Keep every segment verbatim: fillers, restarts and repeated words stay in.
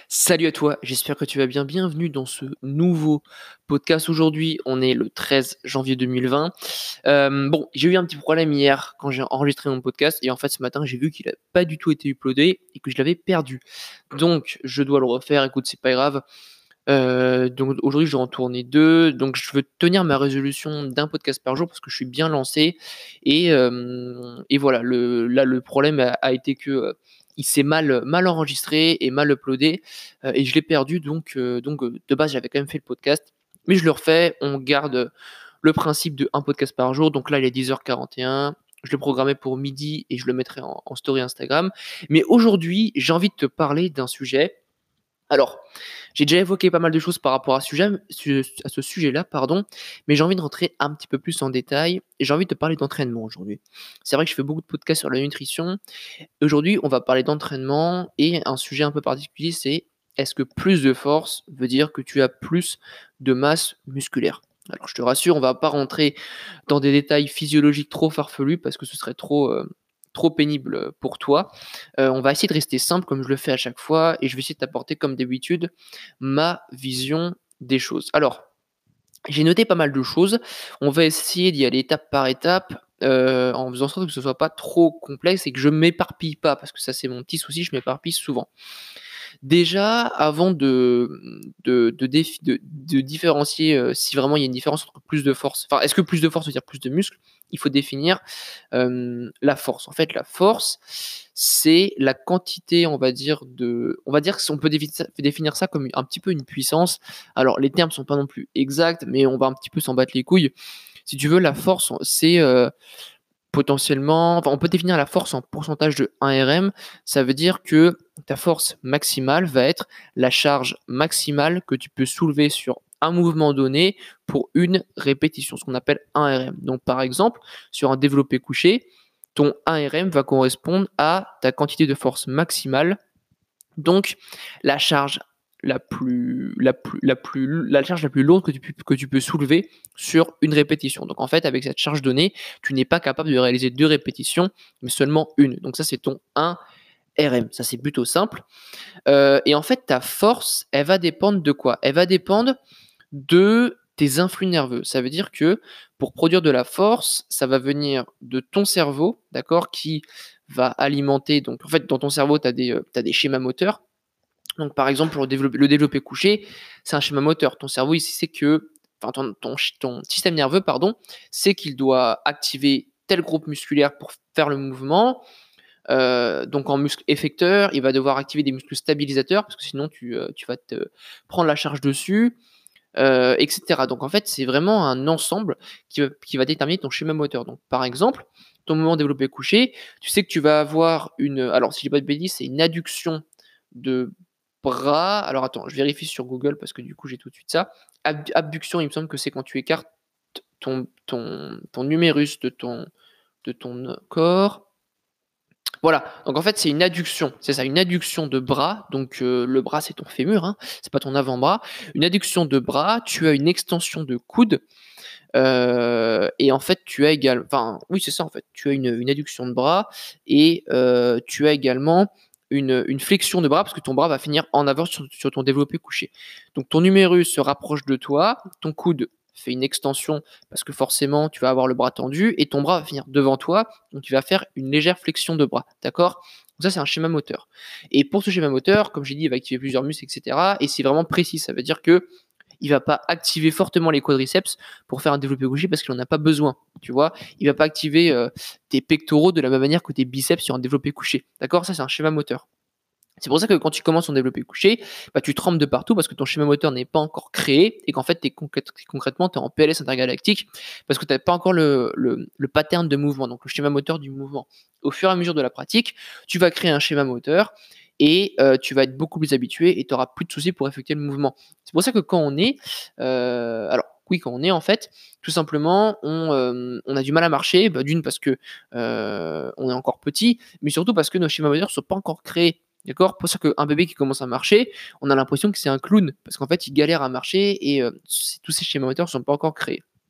Salut à toi, j'espère que tu vas bien. Bienvenue dans ce nouveau podcast. Aujourd'hui, on est le treize janvier deux mille vingt. Euh, bon, j'ai eu un petit problème hier quand j'ai enregistré mon podcast et en fait ce matin j'ai vu qu'il n'a pas du tout été uploadé et que je l'avais perdu. Donc je dois le refaire. Écoute, c'est pas grave. Euh, donc aujourd'hui je vais en tourner deux. Donc je veux tenir ma résolution d'un podcast par jour parce que je suis bien lancé et, euh, et voilà. Le, là le problème a, a été que euh, il s'est mal mal enregistré et mal uploadé euh, et je l'ai perdu. Donc euh, donc euh, de base j'avais quand même fait le podcast, mais je le refais. On garde le principe de un podcast par jour. Donc là il est dix heures quarante et un. Je le programmais pour midi et je le mettrai en, en story Instagram. Mais aujourd'hui j'ai envie de te parler d'un sujet. Alors, j'ai déjà évoqué pas mal de choses par rapport à, sujet, à ce sujet-là, pardon, mais j'ai envie de rentrer un petit peu plus en détail et j'ai envie de te parler d'entraînement aujourd'hui. C'est vrai que je fais beaucoup de podcasts sur la nutrition. Aujourd'hui, on va parler d'entraînement et un sujet un peu particulier, c'est est-ce que plus de force veut dire que tu as plus de masse musculaire? Alors, je te rassure, on va pas rentrer dans des détails physiologiques trop farfelus parce que ce serait trop, euh, trop pénible pour toi. Euh, on va essayer de rester simple comme je le fais à chaque fois et je vais essayer de t'apporter comme d'habitude ma vision des choses. Alors, j'ai noté pas mal de choses. On va essayer d'y aller étape par étape euh, en faisant en sorte que ce soit pas trop complexe et que je m'éparpille pas parce que ça c'est mon petit souci, je m'éparpille souvent. Déjà, avant de, de, de, défi- de- de différencier euh, si vraiment il y a une différence entre plus de force, enfin, est-ce que plus de force veut dire plus de muscle? Il faut définir euh, la force. En fait, la force, c'est la quantité, on va dire, de. On va dire qu'on peut défi- définir ça comme un petit peu une puissance. Alors, les termes sont pas non plus exacts, mais on va un petit peu s'en battre les couilles. Si tu veux, la force, c'est. euh, potentiellement, enfin, on peut définir la force en pourcentage de un R M. Ça veut dire que ta force maximale va être la charge maximale que tu peux soulever sur un mouvement donné pour une répétition, ce qu'on appelle un R M. Donc par exemple, sur un développé couché, ton un R M va correspondre à ta quantité de force maximale, donc la charge la plus, la plus, la plus, la charge la plus lourde que tu, que tu peux soulever sur une répétition. Donc en fait, avec cette charge donnée, tu n'es pas capable de réaliser deux répétitions, mais seulement une. Donc ça, c'est ton un R M. Ça, c'est plutôt simple. Euh, et en fait, ta force, elle va dépendre de quoi? Elle va dépendre de tes influx nerveux. Ça veut dire que pour produire de la force, ça va venir de ton cerveau, d'accord, qui va alimenter. Donc en fait, dans ton cerveau, tu as des, euh, t'as des schémas moteurs. Donc, par exemple, pour le développer, le développer couché, c'est un schéma moteur. Ton cerveau, il sait que, enfin, ton, ton, ton système nerveux, pardon, sait qu'il doit activer tel groupe musculaire pour faire le mouvement. Euh, donc, en muscle effecteur, il va devoir activer des muscles stabilisateurs parce que sinon, tu, euh, tu vas te prendre la charge dessus, euh, et cetera. Donc, en fait, c'est vraiment un ensemble qui va, qui va déterminer ton schéma moteur. Donc, par exemple, ton mouvement développé couché, tu sais que tu vas avoir une. Alors, si je dis pas de bêtises, c'est une adduction de bras. Alors attends, je vérifie sur Google parce que du coup j'ai tout de suite ça. Ab- abduction, il me semble que c'est quand tu écartes ton, ton, ton numérus de ton, de ton corps. Voilà, donc en fait c'est une adduction, c'est ça, une adduction de bras, donc euh, le bras c'est ton fémur, hein, c'est pas ton avant-bras. Une adduction de bras, tu as une extension de coude, euh, et en fait tu as également, enfin oui c'est ça en fait, tu as une, une adduction de bras, et euh, tu as également une, une flexion de bras, parce que ton bras va finir en avant sur, sur ton développé couché. Donc ton numérus se rapproche de toi, ton coude fait une extension, parce que forcément tu vas avoir le bras tendu, et ton bras va finir devant toi, donc tu vas faire une légère flexion de bras, d'accord? Donc ça c'est un schéma moteur. Et pour ce schéma moteur, comme j'ai dit, il va activer plusieurs muscles, et cetera. Et c'est vraiment précis, ça veut dire que il va pas activer fortement les quadriceps pour faire un développé couché parce qu'il en a pas besoin, tu vois. Il va pas activer euh, tes pectoraux de la même manière que tes biceps sur un développé couché, d'accord? Ça c'est un schéma moteur. C'est pour ça que quand tu commences ton développé couché, bah, tu trembles de partout parce que ton schéma moteur n'est pas encore créé et qu'en fait, t'es concrè- concrètement, tu es en P L S intergalactique parce que tu n'as pas encore le, le, le pattern de mouvement, donc le schéma moteur du mouvement. Au fur et à mesure de la pratique, tu vas créer un schéma moteur et euh, tu vas être beaucoup plus habitué et tu n'auras plus de soucis pour effectuer le mouvement. C'est pour ça que quand on est, euh, alors oui, quand on est en fait, tout simplement, on, euh, on a du mal à marcher, bah, d'une parce que euh, on est encore petit, mais surtout parce que nos schémas moteurs ne sont pas encore créés. D'accord? Pour ça qu'un bébé qui commence à marcher, on a l'impression que c'est un clown, parce qu'en fait, il galère à marcher et euh, tous ces schémas moteurs ne sont pas encore créés.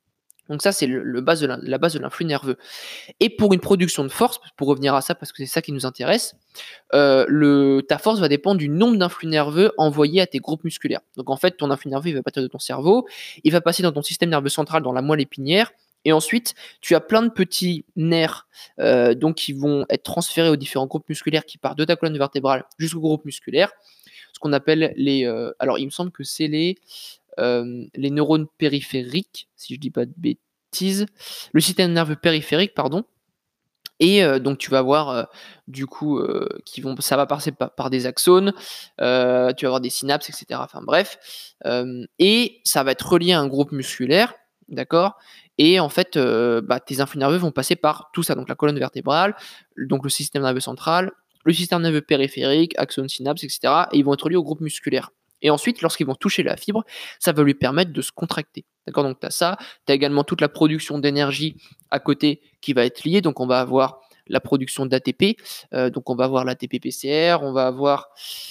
Donc ça, c'est le, le base de la, la base de l'influx nerveux. Et pour une production de force, pour revenir à ça, parce que c'est ça qui nous intéresse, euh, le, ta force va dépendre du nombre d'influx nerveux envoyés à tes groupes musculaires. Donc en fait, ton influx nerveux, il va partir de ton cerveau, il va passer dans ton système nerveux central, dans la moelle épinière, et ensuite, tu as plein de petits nerfs euh, donc qui vont être transférés aux différents groupes musculaires qui partent de ta colonne vertébrale jusqu'au groupe musculaire, ce qu'on appelle les... Euh, alors, il me semble que c'est les... Euh, les neurones périphériques, si je dis pas de bêtises, le système nerveux périphérique, pardon. Et euh, donc tu vas avoir euh, du coup euh, qui vont, ça va passer par, par des axones, euh, tu vas avoir des synapses, et cetera. Enfin bref, euh, et ça va être relié à un groupe musculaire, d'accord. Et en fait, euh, bah, tes influx nerveux vont passer par tout ça, donc la colonne vertébrale, donc le système nerveux central, le système nerveux périphérique, axones, synapses, et cetera. Et ils vont être reliés au groupe musculaire. Et ensuite, lorsqu'ils vont toucher la fibre, ça va lui permettre de se contracter. D'accord. Donc tu as ça, tu as également toute la production d'énergie à côté qui va être liée. Donc on va avoir la production d'A T P, euh, donc on va avoir l'A T P P C R, on va avoir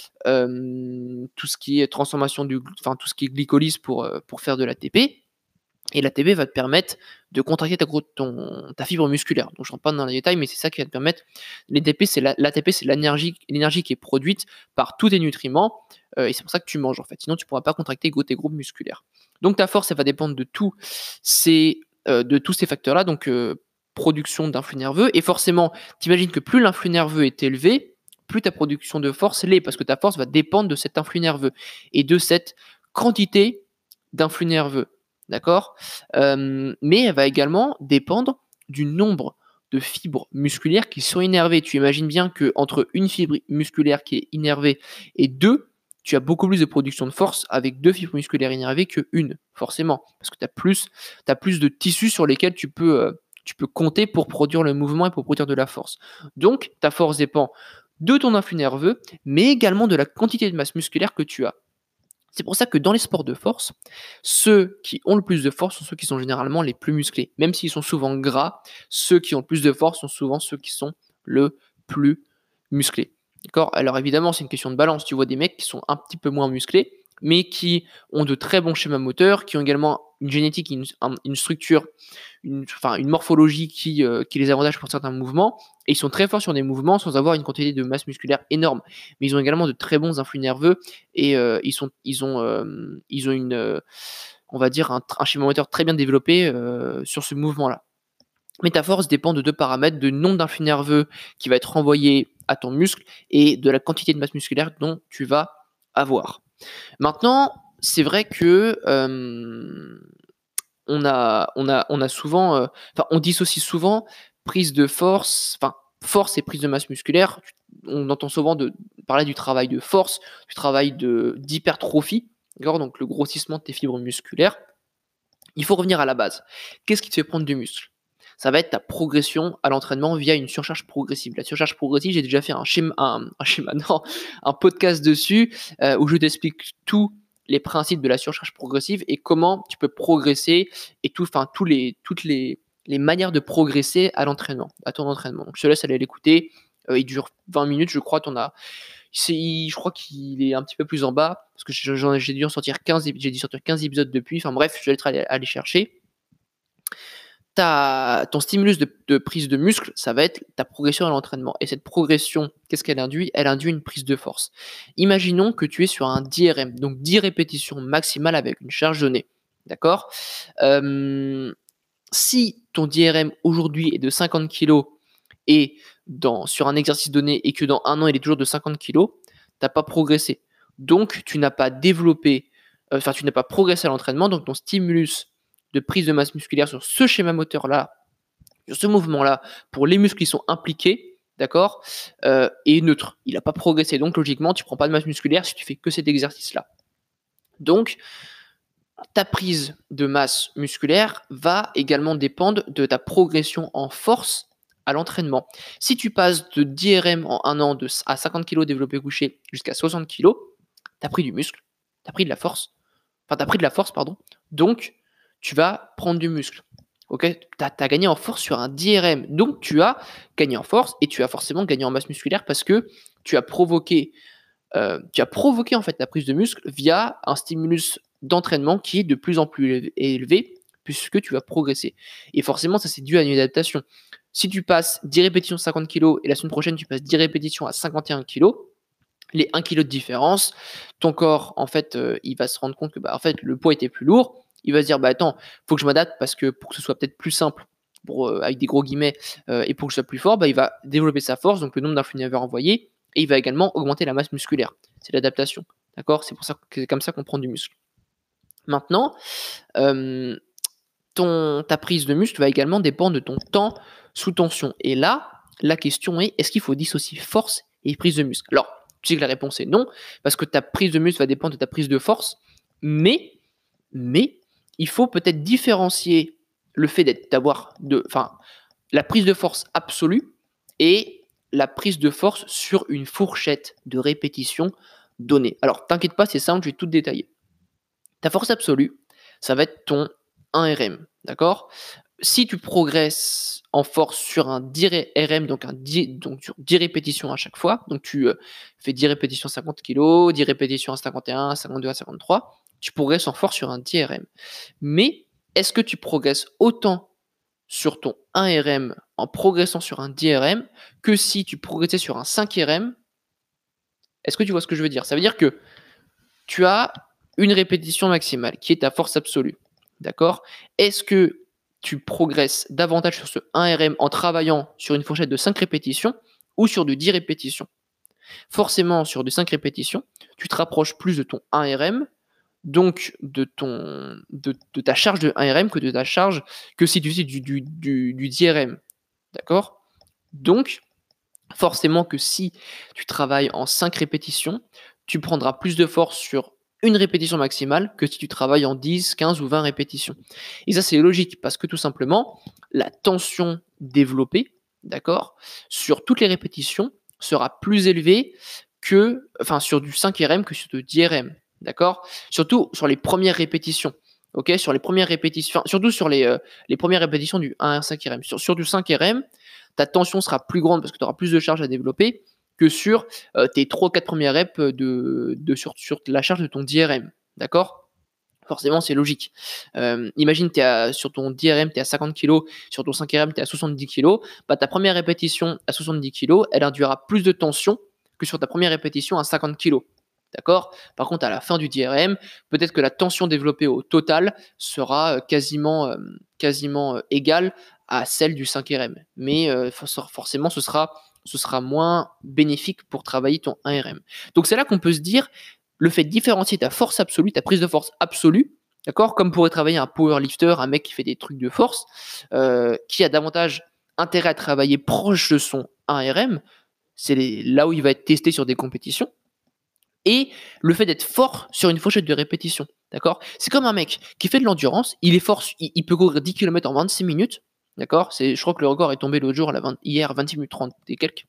euh, tout ce qui est transformation du, enfin tout ce qui est glycolyse pour, euh, pour faire de l'A T P. Et l'A T P va te permettre de contracter ta, ton, ta fibre musculaire. Donc je ne rentre pas dans les détails, mais c'est ça qui va te permettre. L'A T P, c'est la, l'A T P, c'est l'énergie, l'énergie qui est produite par tous tes nutriments, euh, et c'est pour ça que tu manges en fait. Sinon, tu ne pourras pas contracter tes groupes musculaires. Donc ta force, elle va dépendre de, tout ces, euh, de tous ces facteurs-là. Donc euh, production d'influx nerveux. Et forcément, tu imagines que plus l'influx nerveux est élevé, plus ta production de force l'est, parce que ta force va dépendre de cet influx nerveux et de cette quantité d'influx nerveux. D'accord, euh, mais elle va également dépendre du nombre de fibres musculaires qui sont innervées. Tu imagines bien qu'entre une fibre musculaire qui est innervée et deux, tu as beaucoup plus de production de force avec deux fibres musculaires innervées que une, forcément, parce que tu as plus, t'as plus de tissus sur lesquels tu peux, euh, tu peux compter pour produire le mouvement et pour produire de la force. Donc, ta force dépend de ton influx nerveux, mais également de la quantité de masse musculaire que tu as. C'est pour ça que dans les sports de force, ceux qui ont le plus de force sont ceux qui sont généralement les plus musclés. Même s'ils sont souvent gras, ceux qui ont le plus de force sont souvent ceux qui sont le plus musclés. D'accord ? Alors évidemment, c'est une question de balance. Tu vois des mecs qui sont un petit peu moins musclés, mais qui ont de très bons schémas moteurs, qui ont également une génétique, une, une structure, une, enfin, une morphologie qui, euh, qui les avantage pour certains mouvements, et ils sont très forts sur des mouvements sans avoir une quantité de masse musculaire énorme. Mais ils ont également de très bons influx nerveux, et euh, ils, sont, ils, ont, euh, ils ont une, euh, on va dire, un, un schéma moteur très bien développé euh, sur ce mouvement-là. Mais ta force dépend de deux paramètres, de nombre d'influx nerveux qui va être renvoyé à ton muscle et de la quantité de masse musculaire dont tu vas avoir. Maintenant, c'est vrai que euh, on a, on a, on a souvent, euh, enfin, on dissocie souvent prise de force, enfin, force et prise de masse musculaire. On entend souvent de, parler du travail de force, du travail de, d'hypertrophie, d'accord, donc le grossissement de tes fibres musculaires. Il faut revenir à la base. Qu'est-ce qui te fait prendre du muscle ? Ça va être ta progression à l'entraînement via une surcharge progressive. La surcharge progressive, j'ai déjà fait un schéma, un, un, schéma, non, un podcast dessus euh, où je t'explique tous les principes de la surcharge progressive et comment tu peux progresser et tout, enfin tous les, toutes les, les manières de progresser à l'entraînement, à ton entraînement. Donc je te laisse aller l'écouter. Euh, il dure vingt minutes, je crois. T'en as, c'est, je crois qu'il est un petit peu plus en bas parce que j'ai dû en sortir quinze, j'ai dû sortir quinze épisodes depuis. Enfin bref, je vais aller, aller chercher. Ta, ton stimulus de, de prise de muscle, ça va être ta progression à l'entraînement. Et cette progression, qu'est-ce qu'elle induit ? Elle induit une prise de force. Imaginons que tu es sur un dix R M, donc dix répétitions maximales avec une charge donnée. D'accord ? euh, Si ton dix R M aujourd'hui est de cinquante kilos et dans, sur un exercice donné et que dans un an il est toujours de cinquante kilos, tu n'as pas progressé. Donc tu n'as pas développé, enfin euh, tu n'as pas progressé à l'entraînement, donc ton stimulus de prise de masse musculaire sur ce schéma moteur-là, sur ce mouvement-là, pour les muscles qui sont impliqués, d'accord, euh, est neutre. Il n'a pas progressé. Donc, logiquement, tu ne prends pas de masse musculaire si tu fais que cet exercice-là. Donc, ta prise de masse musculaire va également dépendre de ta progression en force à l'entraînement. Si tu passes de dix R M en un an de, à cinquante kilos développé couché jusqu'à soixante kilos, tu as pris du muscle, tu as pris de la force, enfin, tu as pris de la force, pardon. Donc, tu vas prendre du muscle. Ok, tu as gagné en force sur un dix R M. Donc, tu as gagné en force et tu as forcément gagné en masse musculaire parce que tu as provoqué, euh, tu as provoqué en fait la prise de muscle via un stimulus d'entraînement qui est de plus en plus élevé puisque tu vas progresser. Et forcément, ça, c'est dû à une adaptation. Si tu passes dix répétitions cinquante kilos et la semaine prochaine, tu passes dix répétitions à cinquante et un kilos, les un kilo de différence, ton corps, en fait, euh, il va se rendre compte que bah, en fait, le poids était plus lourd. Il va se dire, bah attends, faut que je m'adapte parce que pour que ce soit peut-être plus simple, pour, euh, avec des gros guillemets, euh, et pour que je sois plus fort, bah, il va développer sa force, donc le nombre d'influx nerveux envoyés, et il va également augmenter la masse musculaire. C'est l'adaptation. D'accord? C'est pour ça que c'est comme ça qu'on prend du muscle. Maintenant, euh, ton, ta prise de muscle va également dépendre de ton temps sous tension. Et là, la question est, est-ce qu'il faut dissocier force et prise de muscle? Alors, tu sais que la réponse est non, parce que ta prise de muscle va dépendre de ta prise de force, mais, mais il faut peut-être différencier le fait d'être, d'avoir de, enfin, la prise de force absolue et la prise de force sur une fourchette de répétition donnée. Alors, t'inquiète pas, c'est simple, je vais tout détailler. Ta force absolue, ça va être ton un R M, d'accord? Si tu progresses en force sur un dix R M, donc, un dix, donc sur dix répétitions à chaque fois, donc tu euh, fais dix répétitions à cinquante kilos, dix répétitions à cinquante et un, à cinquante-deux, à cinquante-trois, tu progresses en force sur un dix R M. Mais est-ce que tu progresses autant sur ton un R M en progressant sur un dix R M que si tu progressais sur un cinq R M? Est-ce que tu vois ce que je veux dire? Ça veut dire que tu as une répétition maximale qui est ta force absolue. D'accord? Est-ce que tu progresses davantage sur ce un R M en travaillant sur une fourchette de cinq répétitions ou sur de dix répétitions? Forcément, sur de cinq répétitions, tu te rapproches plus de ton un R M, donc de, ton, de, de ta charge de un R M que de ta charge que si tu fais du, du, du, du dix R M. D'accord? Donc, forcément que si tu travailles en cinq répétitions, tu prendras plus de force sur une répétition maximale que si tu travailles en dix, quinze ou vingt répétitions. Et ça, c'est logique parce que tout simplement, la tension développée, d'accord, sur toutes les répétitions sera plus élevée que, enfin, sur du cinq R M que sur du dix R M, d'accord? Surtout sur les premières répétitions. Ok, sur les premières répétitions, enfin, surtout sur les, euh, les premières répétitions du un à cinq R M. Sur, sur du cinq R M, ta tension sera plus grande parce que tu auras plus de charge à développer que sur euh, tes trois ou quatre premières reps de, de, sur, sur la charge de ton dix R M. D'accord? Forcément, c'est logique. Euh, imagine, t'es sur ton dix R M, tu es à cinquante kilos, sur ton cinq R M, tu es à soixante-dix kilos. Bah, ta première répétition à soixante-dix kilos, elle induira plus de tension que sur ta première répétition à cinquante kilos. D'accord? Par contre, à la fin du dix R M, peut-être que la tension développée au total sera quasiment, euh, quasiment euh, égale à celle du cinq R M. Mais euh, forcément, ce sera, ce sera moins bénéfique pour travailler ton un R M. Donc c'est là qu'on peut se dire, le fait de différencier ta force absolue, ta prise de force absolue, d'accord, comme pourrait travailler un powerlifter, un mec qui fait des trucs de force, euh, qui a davantage intérêt à travailler proche de son un R M, c'est les, là où il va être testé sur des compétitions, et le fait d'être fort sur une fourchette de répétition, d'accord? C'est comme un mec qui fait de l'endurance, il est fort, il, il peut courir dix kilomètres en vingt-six minutes, d'accord? C'est, je crois que le record est tombé l'autre jour, à la vingt, hier, vingt-six minutes trente et quelques.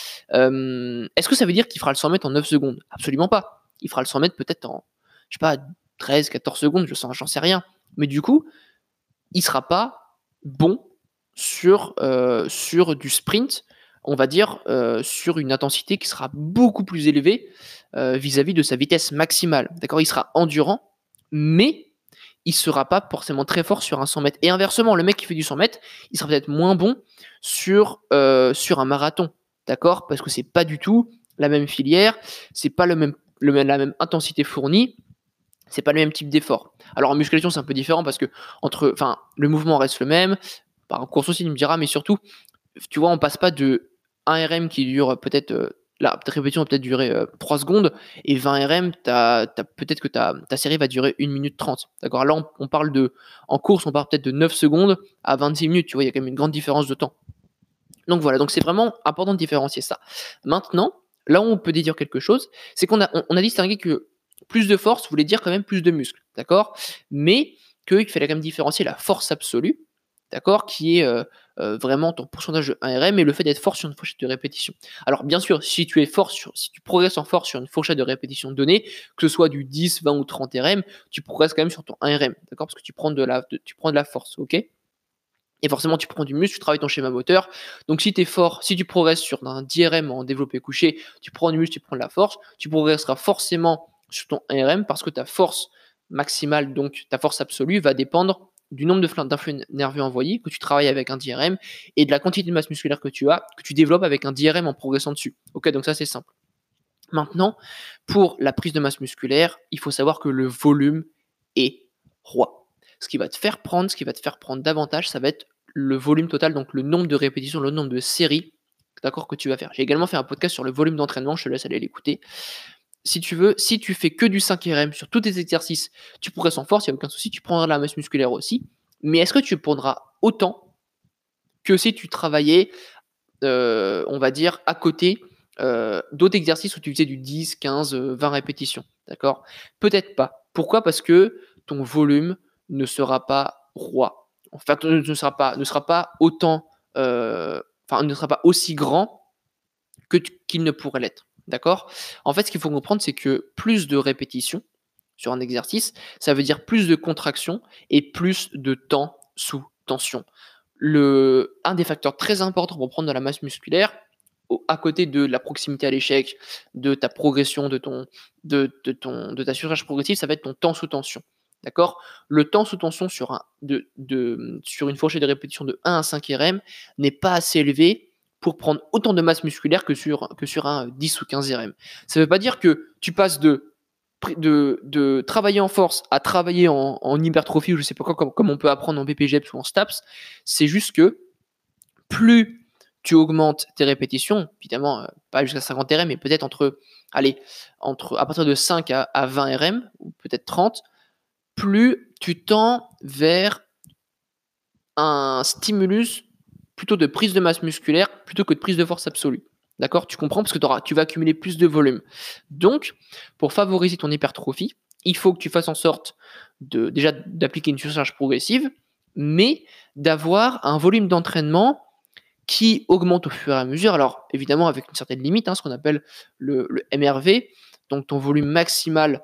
Euh, est-ce que ça veut dire qu'il fera le cent mètres en neuf secondes? Absolument pas. Il fera le cent mètres peut-être en, je sais pas, treize, quatorze secondes, je sens, j'en sais rien. Mais du coup, il sera pas bon sur, euh, sur du sprint, on va dire, euh, sur une intensité qui sera beaucoup plus élevée euh, vis-à-vis de sa vitesse maximale. D'accord? Il sera endurant, mais il sera pas forcément très fort sur un cent mètres. Et inversement, le mec qui fait du cent mètres, il sera peut-être moins bon sur, euh, sur un marathon. D'accord? Parce que c'est pas du tout la même filière, c'est pas le même, le, la même intensité fournie, c'est pas le même type d'effort. Alors en musculation, c'est un peu différent parce que entre, enfin, le mouvement reste le même. Par en course aussi, il me dira, mais surtout, tu vois, on passe pas de un R M qui dure peut-être, euh, la répétition va peut-être durer euh, trois secondes, et vingt R M, t'as, t'as, peut-être que ta, ta série va durer une minute trente. D'accord? Là, on, on parle de, en course, on parle peut-être de neuf secondes à vingt-six minutes. Tu vois, il y a quand même une grande différence de temps. Donc voilà, donc c'est vraiment important de différencier ça. Maintenant, là où on peut dire quelque chose, c'est qu'on a, on, on a distingué que plus de force voulait dire quand même plus de muscle, d'accord? Mais qu'il fallait quand même différencier la force absolue, d'accord, qui est euh, euh, vraiment ton pourcentage de un R M, et le fait d'être fort sur une fourchette de répétition. Alors bien sûr, si tu es fort sur, si tu progresses en force sur une fourchette de répétition donnée, que ce soit du dix, vingt ou trente R M, tu progresses quand même sur ton un R M, d'accord, parce que tu prends de la, de, tu prends de la force, ok? Et forcément, tu prends du muscle, tu travailles ton schéma moteur. Donc, si tu es fort, si tu progresses sur un dix R M en développé couché, tu prends du muscle, tu prends de la force, tu progresseras forcément sur ton un R M parce que ta force maximale, donc ta force absolue, va dépendre du nombre de flux d'influx nerveux envoyés, que tu travailles avec un D R M, et de la quantité de masse musculaire que tu as, que tu développes avec un D R M en progressant dessus. Ok, donc ça c'est simple. Maintenant, pour la prise de masse musculaire, il faut savoir que le volume est roi. Ce qui va te faire prendre, ce qui va te faire prendre davantage, ça va être le volume total, donc le nombre de répétitions, le nombre de séries, d'accord, que tu vas faire. J'ai également fait un podcast sur le volume d'entraînement, je te laisse aller l'écouter. Si tu veux, si tu fais que du cinq R M sur tous tes exercices, tu progresses en force, il n'y a aucun souci, tu prendras de la masse musculaire aussi. Mais est-ce que tu prendras autant que si tu travaillais, euh, on va dire, à côté euh, d'autres exercices où tu faisais du dix, quinze, vingt répétitions, d'accord? Peut-être pas. Pourquoi? Parce que ton volume ne sera pas roi. En fait, ne sera pas, ne sera pas autant, euh, enfin, ne sera pas aussi grand que tu, qu'il ne pourrait l'être, d'accord? En fait, ce qu'il faut comprendre, c'est que plus de répétitions sur un exercice, ça veut dire plus de contractions et plus de temps sous tension. Le, un des facteurs très importants pour prendre de la masse musculaire, à côté de la proximité à l'échec, de ta progression, de, ton, de, de, ton, de ta surcharge progressive, ça va être ton temps sous tension. D'accord? Le temps sous tension sur, un, de, de, sur une fourchette de répétition de un à cinq R M n'est pas assez élevé pour prendre autant de masse musculaire que sur, que sur un dix ou quinze R M. Ça ne veut pas dire que tu passes de, de, de travailler en force à travailler en, en hypertrophie, ou je ne sais pas quoi, comme, comme on peut apprendre en B P G E P S ou en STAPS. C'est juste que plus tu augmentes tes répétitions, évidemment, euh, pas jusqu'à cinquante R M, mais peut-être entre, allez, entre, à partir de cinq à, à vingt R M, ou peut-être trente, plus tu tends vers un stimulus plutôt de prise de masse musculaire plutôt que de prise de force absolue. D'accord? Tu comprends? Parce que tu vas accumuler plus de volume. Donc, pour favoriser ton hypertrophie, il faut que tu fasses en sorte de, déjà d'appliquer une surcharge progressive, mais d'avoir un volume d'entraînement qui augmente au fur et à mesure. Alors, évidemment, avec une certaine limite, hein, ce qu'on appelle le, le M R V, donc ton volume maximal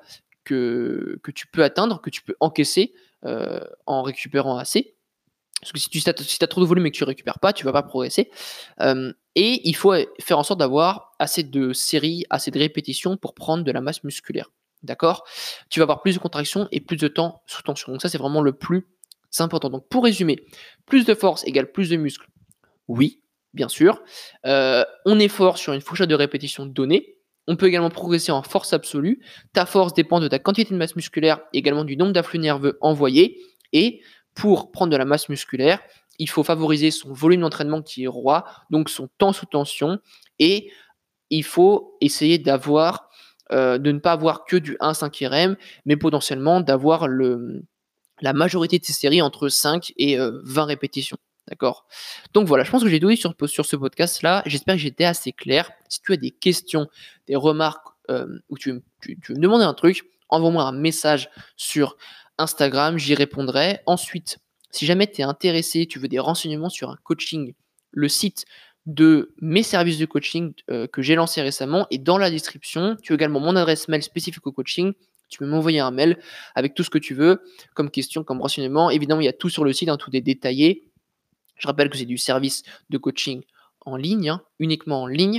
que, que tu peux atteindre, que tu peux encaisser euh, en récupérant assez. Parce que si tu si as trop de volume et que tu ne récupères pas, tu ne vas pas progresser. Euh, et il faut faire en sorte d'avoir assez de séries, assez de répétitions pour prendre de la masse musculaire. D'accord? Tu vas avoir plus de contractions et plus de temps sous tension. Donc ça, c'est vraiment le plus important. Donc pour résumer, plus de force égale plus de muscles. Oui, bien sûr. Euh, on est fort sur une fourchette de répétition donnée. On peut également progresser en force absolue. Ta force dépend de ta quantité de masse musculaire, également du nombre d'afflux nerveux envoyés. Et pour prendre de la masse musculaire, il faut favoriser son volume d'entraînement qui est roi, donc son temps sous tension. Et il faut essayer d'avoir, euh, de ne pas avoir que du un à cinq R M, mais potentiellement d'avoir le, la majorité de ces séries entre cinq et euh, vingt répétitions. D'accord? Donc voilà, je pense que j'ai tout dit sur, sur ce podcast-là. J'espère que j'étais assez clair. Si tu as des questions, des remarques, euh, ou tu, tu, tu veux me demander un truc, envoie-moi un message sur Instagram, j'y répondrai. Ensuite, si jamais tu es intéressé, tu veux des renseignements sur un coaching, le site de mes services de coaching euh, que j'ai lancé récemment est dans la description. Tu as également mon adresse mail spécifique au coaching. Tu peux m'envoyer un mail avec tout ce que tu veux, comme question, comme renseignement. Évidemment, il y a tout sur le site, hein, tout est détaillé. Je rappelle que c'est du service de coaching en ligne, hein, uniquement en ligne.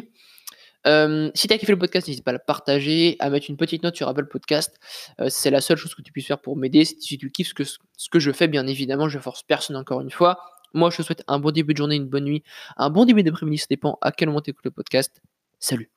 Euh, si tu as kiffé le podcast, n'hésite pas à le partager, à mettre une petite note sur Apple Podcast. Euh, c'est la seule chose que tu puisses faire pour m'aider. Si tu kiffes ce que, ce que je fais, bien évidemment, je force personne encore une fois. Moi, je te souhaite un bon début de journée, une bonne nuit, un bon début d'après-midi, ça dépend à quel moment tu écoutes le podcast. Salut!